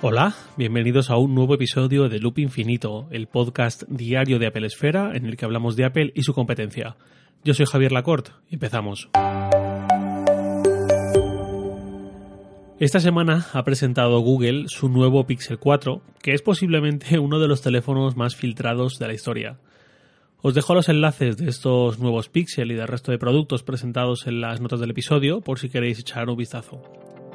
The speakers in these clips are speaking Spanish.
Hola, bienvenidos a un nuevo episodio de Loop Infinito, el podcast diario de Apple Esfera en el que hablamos de Apple y su competencia. Yo soy Javier Lacorte y empezamos. Esta semana ha presentado Google su nuevo Pixel 4, que es posiblemente uno de los teléfonos más filtrados de la historia. Os dejo los enlaces de estos nuevos Pixel y del resto de productos presentados en las notas del episodio por si queréis echar un vistazo.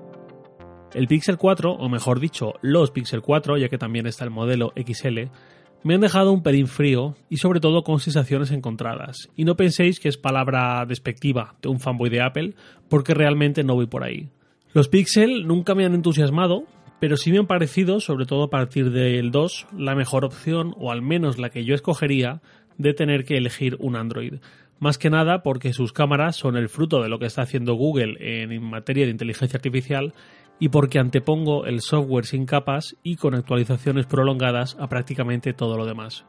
El Pixel 4, o mejor dicho, los Pixel 4, ya que también está el modelo XL, me han dejado un pelín frío y sobre todo con sensaciones encontradas. Y no penséis que es palabra despectiva de un fanboy de Apple, porque realmente no voy por ahí. Los Pixel nunca me han entusiasmado, pero sí me han parecido, sobre todo a partir del 2, la mejor opción, o al menos la que yo escogería, de tener que elegir un Android. Más que nada porque sus cámaras son el fruto de lo que está haciendo Google en materia de inteligencia artificial y porque antepongo el software sin capas y con actualizaciones prolongadas a prácticamente todo lo demás.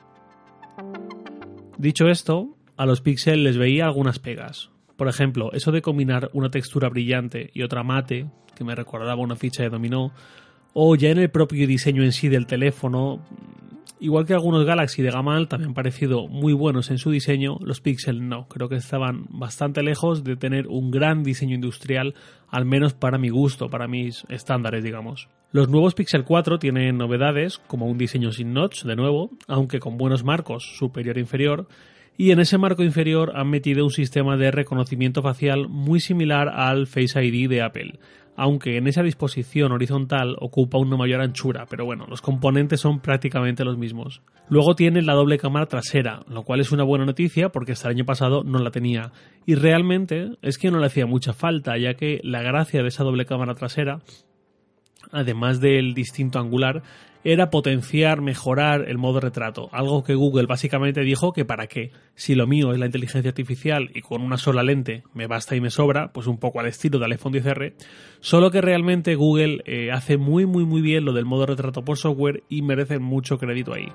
Dicho esto, a los Pixel les veía algunas pegas. Por ejemplo, eso de combinar una textura brillante y otra mate, que me recordaba una ficha de dominó, o ya en el propio diseño en sí del teléfono. Igual que algunos Galaxy de gama alta me han parecido muy buenos en su diseño, los Pixel no. Creo que estaban bastante lejos de tener un gran diseño industrial, al menos para mi gusto, para mis estándares, digamos. Los nuevos Pixel 4 tienen novedades, como un diseño sin notch, de nuevo, aunque con buenos marcos superior e inferior, y en ese marco inferior han metido un sistema de reconocimiento facial muy similar al Face ID de Apple, aunque en esa disposición horizontal ocupa una mayor anchura, pero bueno, los componentes son prácticamente los mismos. Luego tiene la doble cámara trasera, lo cual es una buena noticia porque hasta el año pasado no la tenía, y realmente es que no le hacía mucha falta, ya que la gracia de esa doble cámara trasera, además del distinto angular, era potenciar, mejorar el modo retrato, algo que Google básicamente dijo que para qué. Si lo mío es la inteligencia artificial y con una sola lente me basta y me sobra, pues un poco al estilo del iPhone XR, solo que realmente Google hace muy bien lo del modo retrato por software y merece mucho crédito ahí.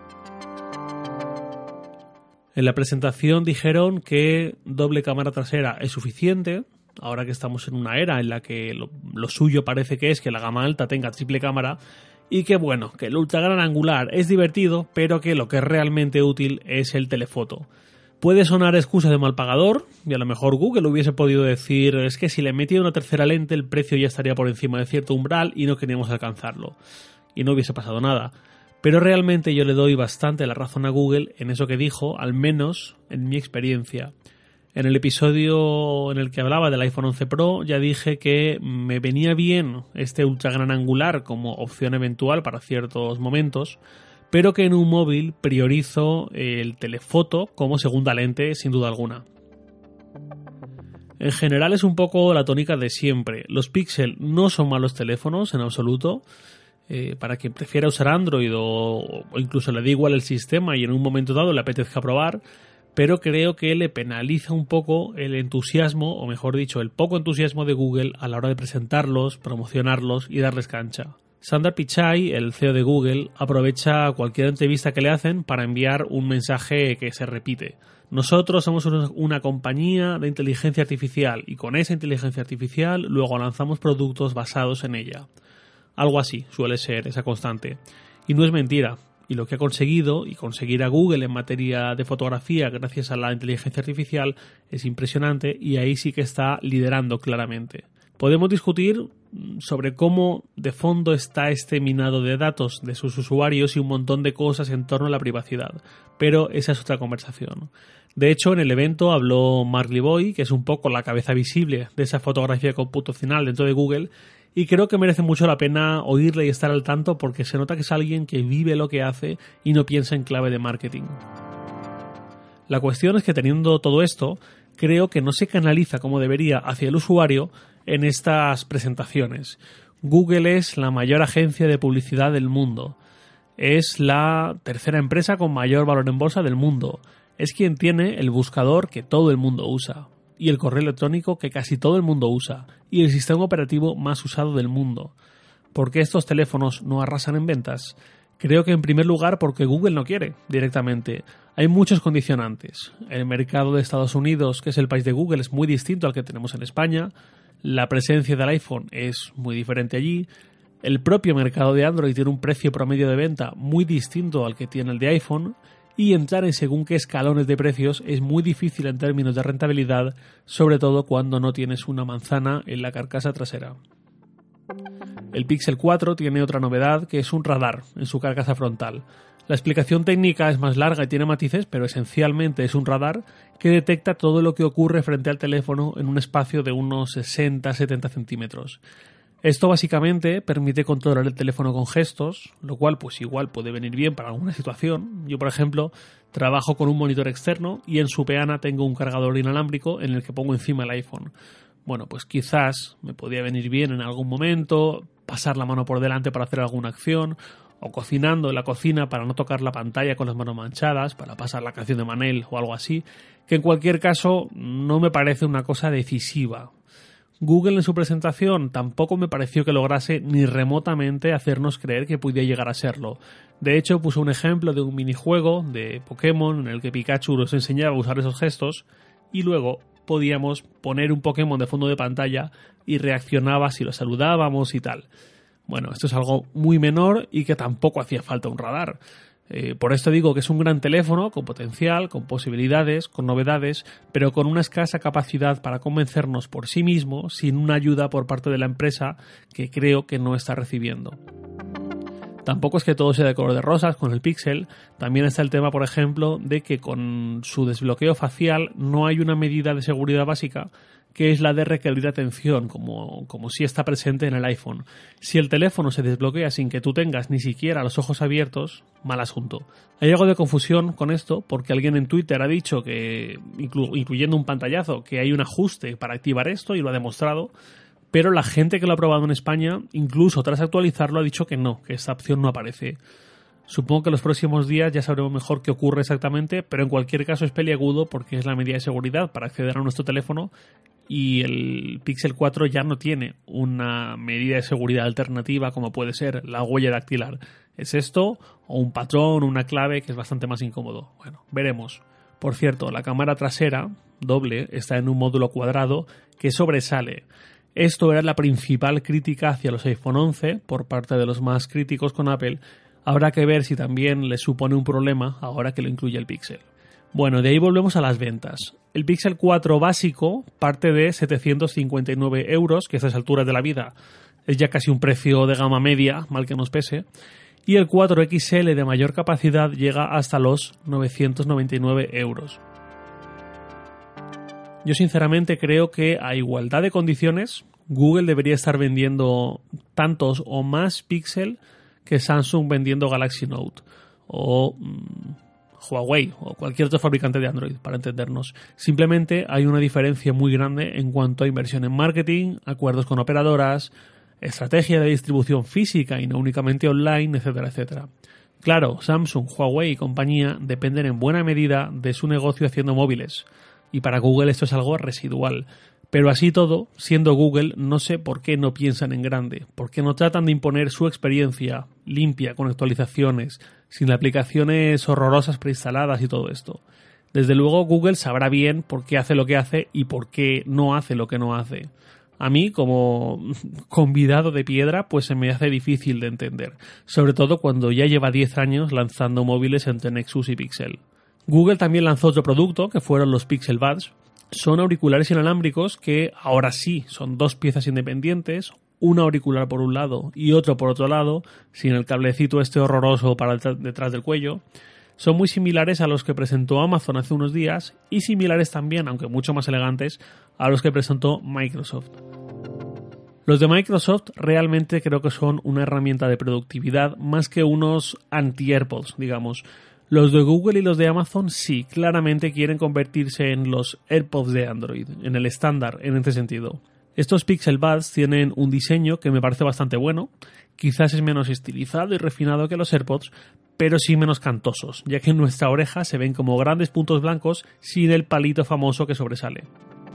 En la presentación dijeron que doble cámara trasera es suficiente. Ahora que estamos en una era en la que lo suyo parece que es que la gama alta tenga triple cámara y que bueno, que el ultra gran angular es divertido, pero que lo que es realmente útil es el telefoto. Puede sonar excusa de mal pagador y a lo mejor Google hubiese podido decir es que si le metía una tercera lente el precio ya estaría por encima de cierto umbral y no queríamos alcanzarlo. Y no hubiese pasado nada. Pero realmente yo le doy bastante la razón a Google en eso que dijo, al menos en mi experiencia. En el episodio en el que hablaba del iPhone 11 Pro ya dije que me venía bien este ultra gran angular como opción eventual para ciertos momentos, pero que en un móvil priorizo el telefoto como segunda lente sin duda alguna. En general es un poco la tónica de siempre. Los Pixel no son malos teléfonos en absoluto. Para quien prefiera usar Android o incluso le da igual el sistema y en un momento dado le apetezca probar, pero creo que le penaliza un poco el entusiasmo, o mejor dicho, el poco entusiasmo de Google a la hora de presentarlos, promocionarlos y darles cancha. Sundar Pichai, el CEO de Google, aprovecha cualquier entrevista que le hacen para enviar un mensaje que se repite. Nosotros somos una compañía de inteligencia artificial y con esa inteligencia artificial luego lanzamos productos basados en ella. Algo así suele ser esa constante. Y no es mentira. Y lo que ha conseguido, y conseguir a Google en materia de fotografía gracias a la inteligencia artificial, es impresionante y ahí sí que está liderando claramente. Podemos discutir sobre cómo de fondo está este minado de datos de sus usuarios y un montón de cosas en torno a la privacidad, pero esa es otra conversación. De hecho, en el evento habló Mark Liboy, que es un poco la cabeza visible de esa fotografía computacional dentro de Google, y creo que merece mucho la pena oírle y estar al tanto porque se nota que es alguien que vive lo que hace y no piensa en clave de marketing. La cuestión es que teniendo todo esto, creo que no se canaliza como debería hacia el usuario en estas presentaciones. Google es la mayor agencia de publicidad del mundo. Es la tercera empresa con mayor valor en bolsa del mundo. Es quien tiene el buscador que todo el mundo usa. Y el correo electrónico que casi todo el mundo usa, y el sistema operativo más usado del mundo. ¿Por qué estos teléfonos no arrasan en ventas? Creo que en primer lugar porque Google no quiere directamente. Hay muchos condicionantes. El mercado de Estados Unidos, que es el país de Google, es muy distinto al que tenemos en España. La presencia del iPhone es muy diferente allí. El propio mercado de Android tiene un precio promedio de venta muy distinto al que tiene el de iPhone, y entrar en según qué escalones de precios es muy difícil en términos de rentabilidad, sobre todo cuando no tienes una manzana en la carcasa trasera. El Pixel 4 tiene otra novedad, que es un radar en su carcasa frontal. La explicación técnica es más larga y tiene matices, pero esencialmente es un radar que detecta todo lo que ocurre frente al teléfono en un espacio de unos 60-70 centímetros. Esto básicamente permite controlar el teléfono con gestos, lo cual pues igual puede venir bien para alguna situación. Yo, por ejemplo, trabajo con un monitor externo y en su peana tengo un cargador inalámbrico en el que pongo encima el iPhone. Bueno, pues quizás me podría venir bien en algún momento pasar la mano por delante para hacer alguna acción, o cocinando en la cocina para no tocar la pantalla con las manos manchadas, para pasar la canción de Manel o algo así, que en cualquier caso no me parece una cosa decisiva. Google en su presentación tampoco me pareció que lograse ni remotamente hacernos creer que pudiera llegar a serlo. De hecho, puso un ejemplo de un minijuego de Pokémon en el que Pikachu nos enseñaba a usar esos gestos y luego podíamos poner un Pokémon de fondo de pantalla y reaccionaba si lo saludábamos y tal. Bueno, esto es algo muy menor y que tampoco hacía falta un radar. Por esto digo que es un gran teléfono con potencial, con posibilidades, con novedades, pero con una escasa capacidad para convencernos por sí mismo, sin una ayuda por parte de la empresa que creo que no está recibiendo. Tampoco es que todo sea de color de rosas con el Pixel. También está el tema, por ejemplo, de que con su desbloqueo facial no hay una medida de seguridad básica, que es la de requerir atención, como si está presente en el iPhone. Si el teléfono se desbloquea sin que tú tengas ni siquiera los ojos abiertos, mal asunto. Hay algo de confusión con esto, porque alguien en Twitter ha dicho que, incluyendo un pantallazo, que hay un ajuste para activar esto y lo ha demostrado, pero la gente que lo ha probado en España, incluso tras actualizarlo, ha dicho que no, que esta opción no aparece. Supongo que los próximos días ya sabremos mejor qué ocurre exactamente, pero en cualquier caso es peliagudo porque es la medida de seguridad para acceder a nuestro teléfono y el Pixel 4 ya no tiene una medida de seguridad alternativa como puede ser la huella dactilar. ¿Es esto o un patrón o una clave que es bastante más incómodo? Bueno, veremos. Por cierto, la cámara trasera, doble, está en un módulo cuadrado que sobresale. Esto era la principal crítica hacia los iPhone 11 por parte de los más críticos con Apple. Habrá que ver si también le supone un problema ahora que lo incluye el Pixel. Bueno, de ahí volvemos a las ventas. El Pixel 4 básico parte de 759 €, que a estas alturas de la vida es ya casi un precio de gama media, mal que nos pese, y el 4 XL de mayor capacidad llega hasta los 999 €. Yo sinceramente creo que a igualdad de condiciones, Google debería estar vendiendo tantos o más Pixel que Samsung vendiendo Galaxy Note o Huawei o cualquier otro fabricante de Android, para entendernos. Simplemente hay una diferencia muy grande en cuanto a inversión en marketing, acuerdos con operadoras, estrategia de distribución física y no únicamente online, etcétera, etcétera. Claro, Samsung, Huawei y compañía dependen en buena medida de su negocio haciendo móviles, y para Google esto es algo residual. Pero así todo, siendo Google, no sé por qué no piensan en grande, por qué no tratan de imponer su experiencia limpia, con actualizaciones, sin aplicaciones horrorosas preinstaladas y todo esto. Desde luego Google sabrá bien por qué hace lo que hace y por qué no hace lo que no hace. A mí, como convidado de piedra, pues se me hace difícil de entender, sobre todo cuando ya lleva 10 años lanzando móviles entre Nexus y Pixel. Google también lanzó otro producto, que fueron los Pixel Buds. Son auriculares inalámbricos que ahora sí son dos piezas independientes, un auricular por un lado y otro por otro lado, sin el cablecito este horroroso para detrás del cuello. Son muy similares a los que presentó Amazon hace unos días y similares también, aunque mucho más elegantes, a los que presentó Microsoft. Los de Microsoft realmente creo que son una herramienta de productividad más que unos anti-AirPods, digamos. Los de Google y los de Amazon sí, claramente quieren convertirse en los AirPods de Android, en el estándar en este sentido. Estos Pixel Buds tienen un diseño que me parece bastante bueno, quizás es menos estilizado y refinado que los AirPods, pero sí menos cantosos, ya que en nuestra oreja se ven como grandes puntos blancos sin el palito famoso que sobresale.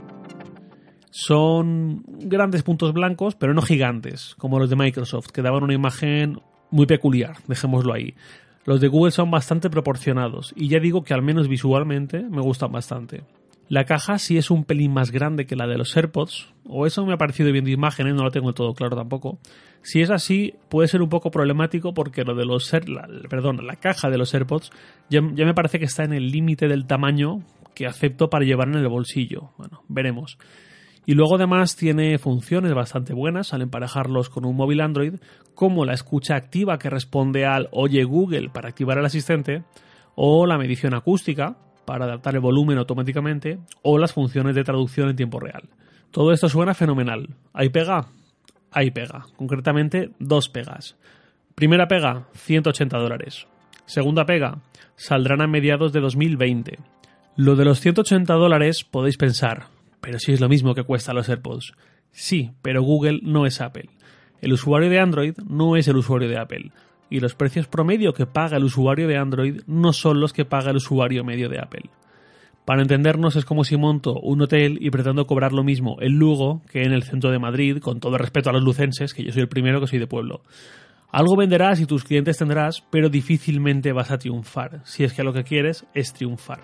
Son grandes puntos blancos, pero no gigantes, como los de Microsoft, que daban una imagen muy peculiar, dejémoslo ahí. Los de Google son bastante proporcionados y ya digo que al menos visualmente me gustan bastante. La caja sí es un pelín más grande que la de los AirPods, o eso me ha parecido viendo imágenes, no lo tengo del todo claro tampoco. Si es así, puede ser un poco problemático porque lo de la caja de los AirPods ya me parece que está en el límite del tamaño que acepto para llevar en el bolsillo. Bueno, veremos. Y luego además tiene funciones bastante buenas al emparejarlos con un móvil Android, como la escucha activa que responde al Oye Google para activar el asistente, o la medición acústica para adaptar el volumen automáticamente, o las funciones de traducción en tiempo real. Todo esto suena fenomenal. ¿Hay pega? Hay pega. Concretamente, 2 pegas. Primera pega, $180. Segunda pega, saldrán a mediados de 2020. Lo de los $180 podéis pensar, pero si es lo mismo que cuesta los AirPods. Sí, pero Google no es Apple. El usuario de Android no es el usuario de Apple. Y los precios promedio que paga el usuario de Android no son los que paga el usuario medio de Apple. Para entendernos, es como si monto un hotel y pretendo cobrar lo mismo en Lugo que en el centro de Madrid, con todo respeto a los lucenses, que yo soy el primero que soy de pueblo. Algo venderás y tus clientes tendrás, pero difícilmente vas a triunfar, si es que lo que quieres es triunfar.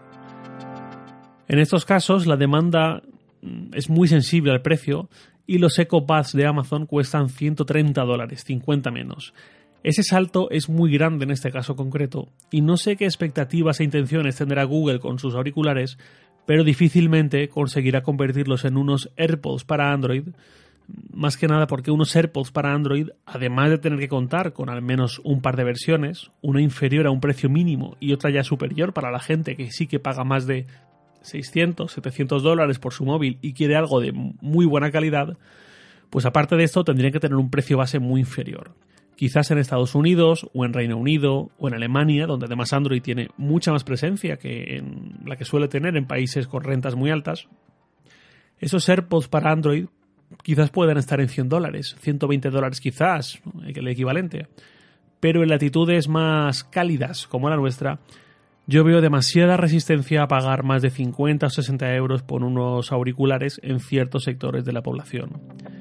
En estos casos, la demanda es muy sensible al precio y los EcoBuds de Amazon cuestan $130, 50 menos. Ese salto es muy grande en este caso concreto y no sé qué expectativas e intenciones tendrá Google con sus auriculares, pero difícilmente conseguirá convertirlos en unos AirPods para Android, más que nada porque unos AirPods para Android, además de tener que contar con al menos un par de versiones, una inferior a un precio mínimo y otra ya superior para la gente que sí que paga más de $600, $700 por su móvil y quiere algo de muy buena calidad, pues aparte de esto tendrían que tener un precio base muy inferior. Quizás en Estados Unidos, o en Reino Unido, o en Alemania, donde además Android tiene mucha más presencia que en la que suele tener en países con rentas muy altas, esos AirPods para Android quizás puedan estar en $100, $120 quizás, el equivalente. Pero en latitudes más cálidas, como la nuestra, yo veo demasiada resistencia a pagar más de 50 o 60 euros por unos auriculares en ciertos sectores de la población.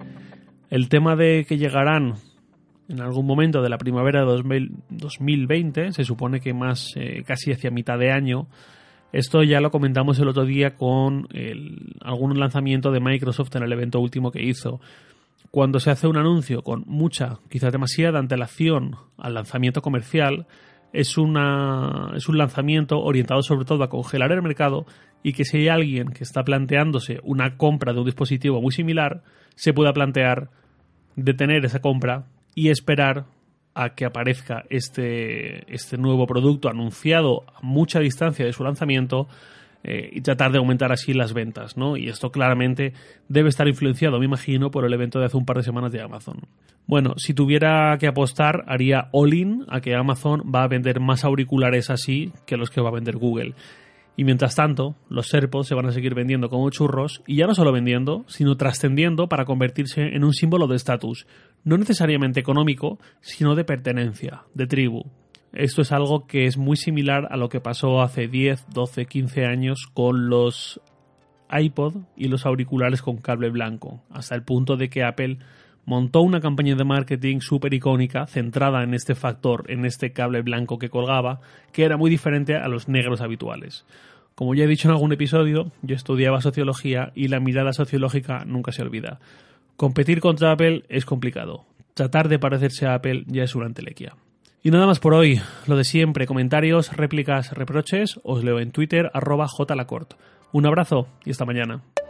El tema de que llegarán en algún momento de la primavera de 2020, se supone que más casi hacia mitad de año. Esto ya lo comentamos el otro día con algún lanzamiento de Microsoft en el evento último que hizo. Cuando se hace un anuncio con mucha, quizás demasiada antelación al lanzamiento comercial, es un lanzamiento orientado sobre todo a congelar el mercado y que si hay alguien que está planteándose una compra de un dispositivo muy similar, se pueda plantear detener esa compra y esperar a que aparezca este nuevo producto anunciado a mucha distancia de su lanzamiento y tratar de aumentar así las ventas, ¿no? Y esto claramente debe estar influenciado, me imagino, por el evento de hace un par de semanas de Amazon. Bueno, si tuviera que apostar, haría all-in a que Amazon va a vender más auriculares así que los que va a vender Google. Y mientras tanto, los AirPods se van a seguir vendiendo como churros, y ya no solo vendiendo, sino trascendiendo para convertirse en un símbolo de estatus, no necesariamente económico, sino de pertenencia, de tribu. Esto es algo que es muy similar a lo que pasó hace 10, 12, 15 años con los iPod y los auriculares con cable blanco, hasta el punto de que Apple montó una campaña de marketing súper icónica centrada en este factor, en este cable blanco que colgaba, que era muy diferente a los negros habituales. Como ya he dicho en algún episodio, yo estudiaba sociología y la mirada sociológica nunca se olvida. Competir contra Apple es complicado. Tratar de parecerse a Apple ya es una entelequia. Y nada más por hoy. Lo de siempre, comentarios, réplicas, reproches, os leo en Twitter @jlacort. Un abrazo y hasta mañana.